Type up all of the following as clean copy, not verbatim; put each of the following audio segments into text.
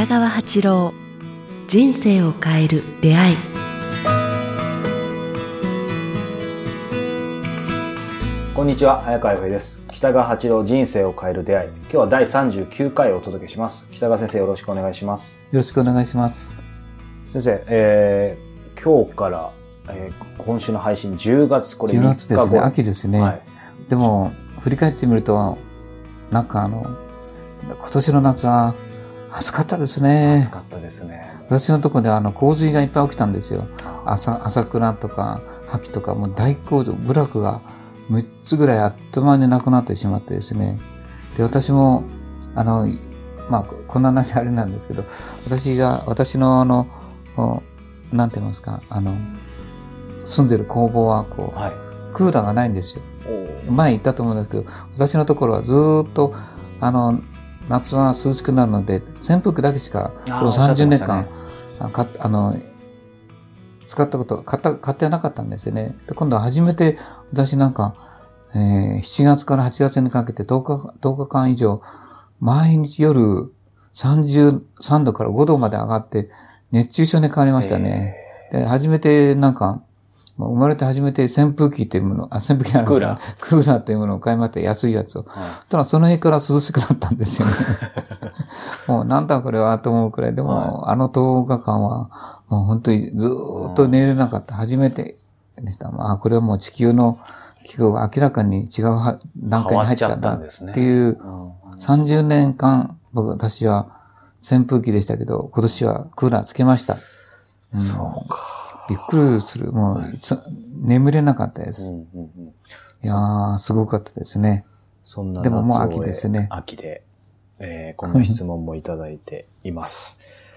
北川八郎、人生を変える出会い。 こんにちは、早川洋平です。北川八郎、人生を変える出会い。今日は第39回をお届けします。北川先生、よろしくお願いします。 よろしくお願いします。 先生、今日から、今週の配信10月、これ3日後。10月ですね、秋ですね。 はい、 でも、振り返ってみると、なんか今年の夏は暑かったですね。 暑かったですね。 私のところで洪水がいっぱい起きたんですよ。朝倉とか、萩とか、もう大洪水、部落が6つぐらいあっという間になくなってしまってですね。で、私も、こんな話あれなんですけど、私のなんて言いますか、住んでる工房ははい、クーラーがないんですよ。前言ったと思うんですけど、私のところはずーっと、夏は涼しくなるので、扇風機だけしか、この30年間、使ったこと、買ってなかったんですよね。で、今度は初めて、私7月から8月にかけて10日間以上、毎日夜33度から5度まで上がって、熱中症に変わりましたね。で、初めて生まれて初めて扇風機というもの、扇風機クーラーというものを買いました。安いやつを。ただその日から涼しくなったんですよね。もうなんだこれはと思うくらい。でも、10日間は、もう本当にずーっと寝れなかった。初めてでした。これはもう地球の気候が明らかに違う段階に入ったんだっていう、30年間、私は扇風機でしたけど、今年はクーラーつけました。 そうか。 びっくりする。もう、眠れなかったです。いやー、すごかったですね。 そんなでももう秋ですね。 秋で、こんな質問もいただいています。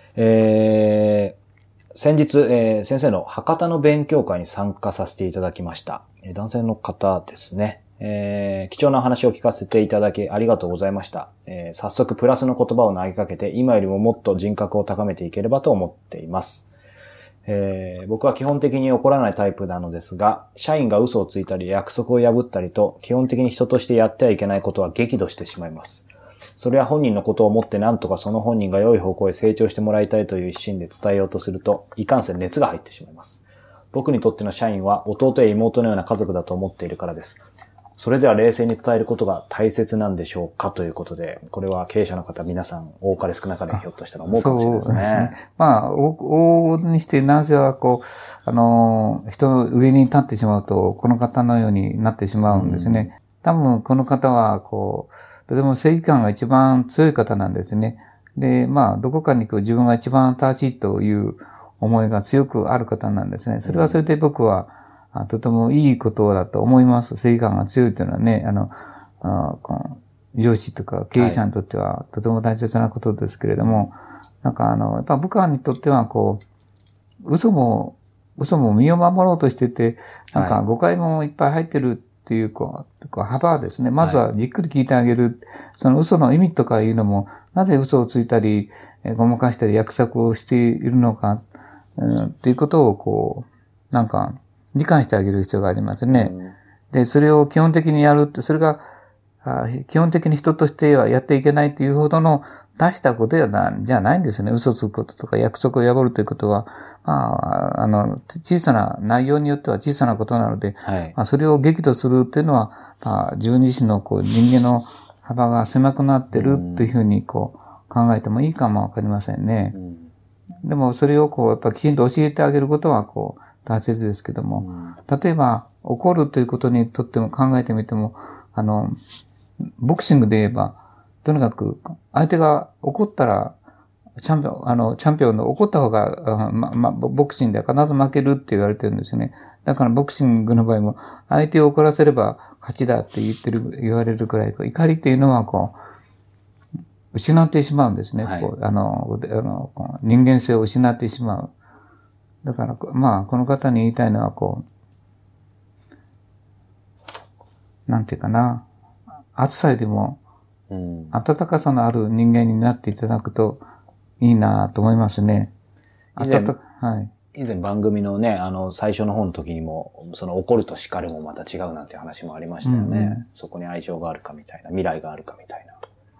先日、先生の博多の勉強会に参加させていただきました。男性の方ですね。貴重な話を聞かせていただきありがとうございました。早速プラスの言葉を投げかけて、今よりももっと人格を高めていければと思っています。僕は基本的に怒らないタイプなのですが、社員が嘘をついたり約束を破ったりと、基本的に人としてやってはいけないことは激怒してしまいます。それは本人のことを思って何とかその本人が良い方向へ成長してもらいたいという一心で伝えようとすると、いかんせん熱が入ってしまいます。僕にとっての社員は弟や妹のような家族だと思っているからです。それでは冷静に伝えることが大切なんでしょうかということで、これは経営者の方皆さん多かれ少なかれひょっとしたら思うかもしれないですね。そうですね。 往々にして男性は人の上に立ってしまうと、この方のようになってしまうんですね。多分この方はとても正義感が一番強い方なんですね。で、どこかに自分が一番正しいという思いが強くある方なんですね。それはそれで僕は、とてもいいことだと思います。正義感が強いというのはね、上司とか経営者にとってはとても大切なことですけれども、やっぱ部下にとっては嘘も身を守ろうとしてて、誤解もいっぱい入ってるっていう、幅ですね。まずはじっくり聞いてあげる。その嘘の意味とかいうのも、なぜ嘘をついたり、ごまかしたり約束をしているのか、っていうことを理解してあげる必要がありますね。で、それを基本的にやるって、それが、基本的に人としてはやっていけないというほどの大したことじゃないんですよね。嘘つくこととか約束を破るということは、小さな、内容によっては小さなことなので、それを激怒するっていうのは、自分自身の人間の幅が狭くなってるっていうふうに考えてもいいかもわかりませんね。でもそれをやっぱきちんと教えてあげることは大切ですけども、例えば怒るということにとっても考えてみても、ボクシングで言えば、とにかく相手が怒ったら、チャンピオンの怒った方が、ボクシングでは必ず負けるって言われてるんですよね。だからボクシングの場合も、相手を怒らせれば勝ちだって言われるくらい、怒りっていうのは失ってしまうんですね。人間性を失ってしまう。だから、この方に言いたいのはなんていうかな、暑さよりも、暖かさのある人間になっていただくといいなと思いますね。 以前番組のね、最初の方の時にも、怒ると叱るもまた違うなんて話もありましたよね。そこに愛情があるかみたいな、未来があるかみたいな。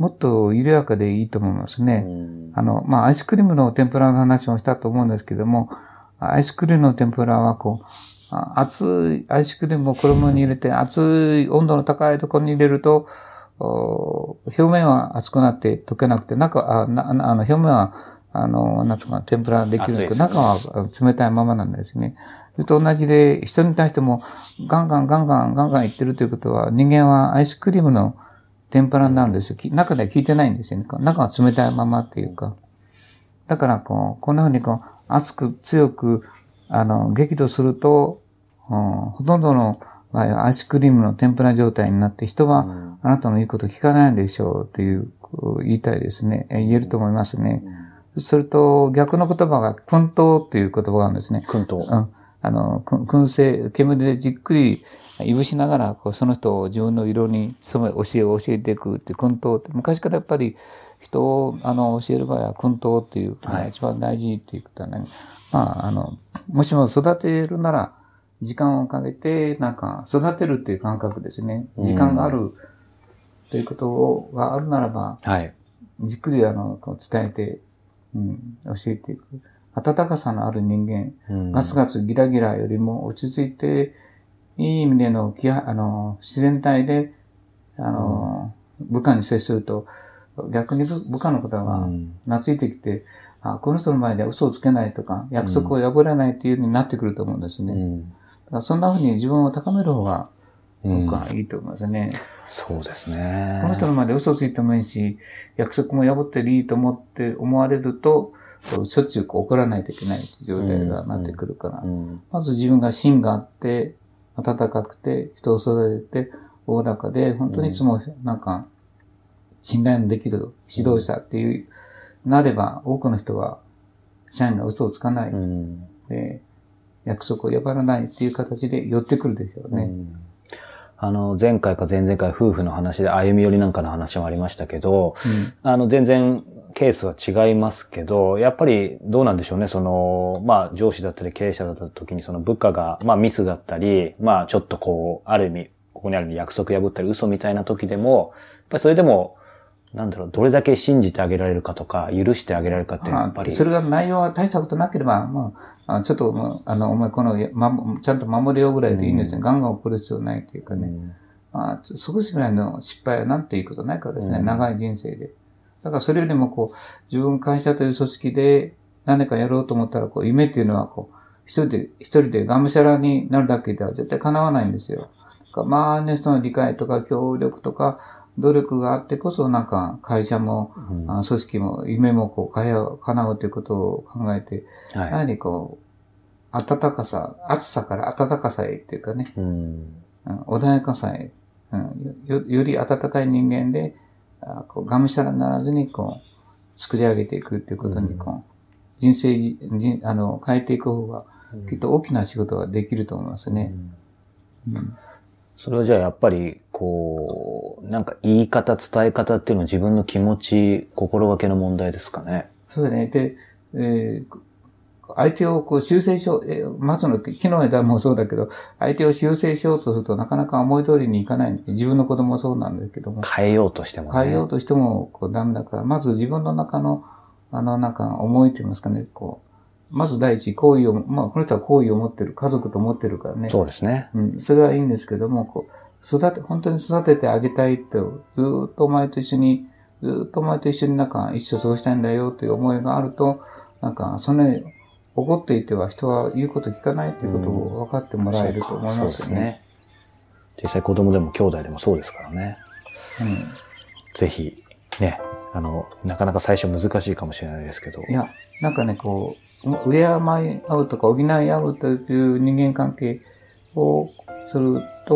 もっと緩やかでいいと思いますね。アイスクリームの天ぷらの話もしたと思うんですけども、アイスクリームの天ぷらは熱いアイスクリームを衣に入れて、熱い温度の高いところに入れると、表面は熱くなって溶けなくて、表面は、なんつうか天ぷらできるんですけど、中は冷たいままなんですね。それと同じで、人に対しても、ガンガン言ってるということは、人間はアイスクリームの天ぷらになるんですよ。中では効いてないんですよね。中は冷たいままっていうか。だから、こんな風に熱く強く、激怒すると、ほとんどの場合はアイスクリームの天ぷら状態になって、人はあなたの言うことを聞かないでしょうという、言いたいですね。言えると思いますね。それと、逆の言葉が、燻陶という言葉があるんですね。 燻陶。 燻製、煙でじっくりいぶしながら、その人を自分の色に染め、教えを教えていくって燻陶って、昔からやっぱり人を、教える場合は燻陶っていうのが一番大事っていうことはね。もしも育てるなら、時間をかけて、育てるっていう感覚ですね。時間があるということがあるならば、じっくり伝えて、教えていく。温かさのある人間、ガツガツギラギラよりも落ち着いて、いい意味での自然体で、部下に接すると、逆に部下の方が懐いてきて、この人の前で嘘をつけないとか、約束を破らないというようになってくると思うんですね。だからそんな風に自分を高める方が、僕はいいと思いますね。 そうですね。 この人の前で嘘をついてもいいし、約束も破っていいと思われると、しょっちゅう怒らないといけない状態がなってくるから、まず自分が芯があって、温かくて、人を育てて、おおらかで、本当にいつも信頼のできる指導者っていう、なれば、多くの人は、社員が嘘をつかない、で、約束を破らないっていう形で寄ってくるでしょうね。 前回か前々回夫婦の話で歩み寄りなんかの話もありましたけど、全然ケースは違いますけど、やっぱりどうなんでしょうね、上司だったり経営者だった時に部下が、ミスだったり、ちょっとある意味、ここにある約束破ったり嘘みたいな時でも、やっぱりそれでも、どれだけ信じてあげられるかとか、許してあげられるかってやっぱり。 それが内容は大したことなければ、ちょっと、お前ちゃんと守れよぐらいでいいんですね。ガンガン怒る必要ないっていうかね。少しぐらいの失敗はなんていうことないからですね、長い人生で。だからそれよりも自分会社という組織で何かやろうと思ったら、夢っていうのは一人でがむしゃらになるだけでは絶対叶わないんですよ。周りの人の理解とか協力とか、努力があってこそ会社も、組織も夢も叶うということを考えて、やはり温かさ、暑さから温かさへっていうかね、穏やかさへ、より温かい人間で、がむしゃらにならずに作り上げていくっていうことに人生変えていく方がきっと大きな仕事ができると思いますね。 それはじゃあやっぱり、言い方、伝え方っていうのは自分の気持ち、心がけの問題ですかね。 そうね。で、相手を修正しよう、木の枝もそうだけど、相手を修正しようとするとなかなか思い通りにいかない。自分の子供もそうなんだけども。 変えようとしてもね。 変えようとしてもダメだから、まず自分の中の、思いと言いますかね、まず第一、好意を、この人は好意を持ってる、家族と思ってるからね。 そうですね。 それはいいんですけども、本当に育ててあげたいと、ずっとお前と一緒に一生過ごしたいんだよという思いがあると、怒っていては人は言うこと聞かないということを分かってもらえると思いますよね。そうですね。 実際子供でも兄弟でもそうですからね。ぜひ、ね、なかなか最初難しいかもしれないですけど。 いや、敬い合うとか補い合うという人間関係をすると、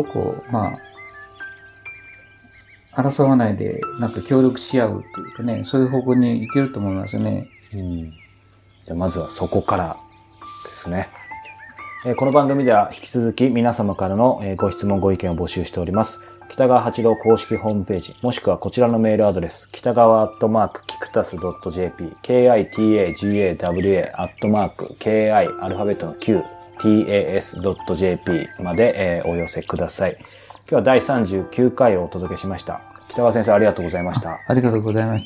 争わないで、協力し合うっていうかね、そういう方向に行けると思いますね。 じゃあまずはそこからですね。この番組では引き続き皆様からのご質問ご意見を募集しております。北川八郎公式ホームページ、もしくはこちらのメールアドレス、北川@kikutas.jp、kitagawa ki アルファベットの q.tas.jp までお寄せください。今日は第39回をお届けしました。北北川先生ありがとうございました。 ありがとうございました。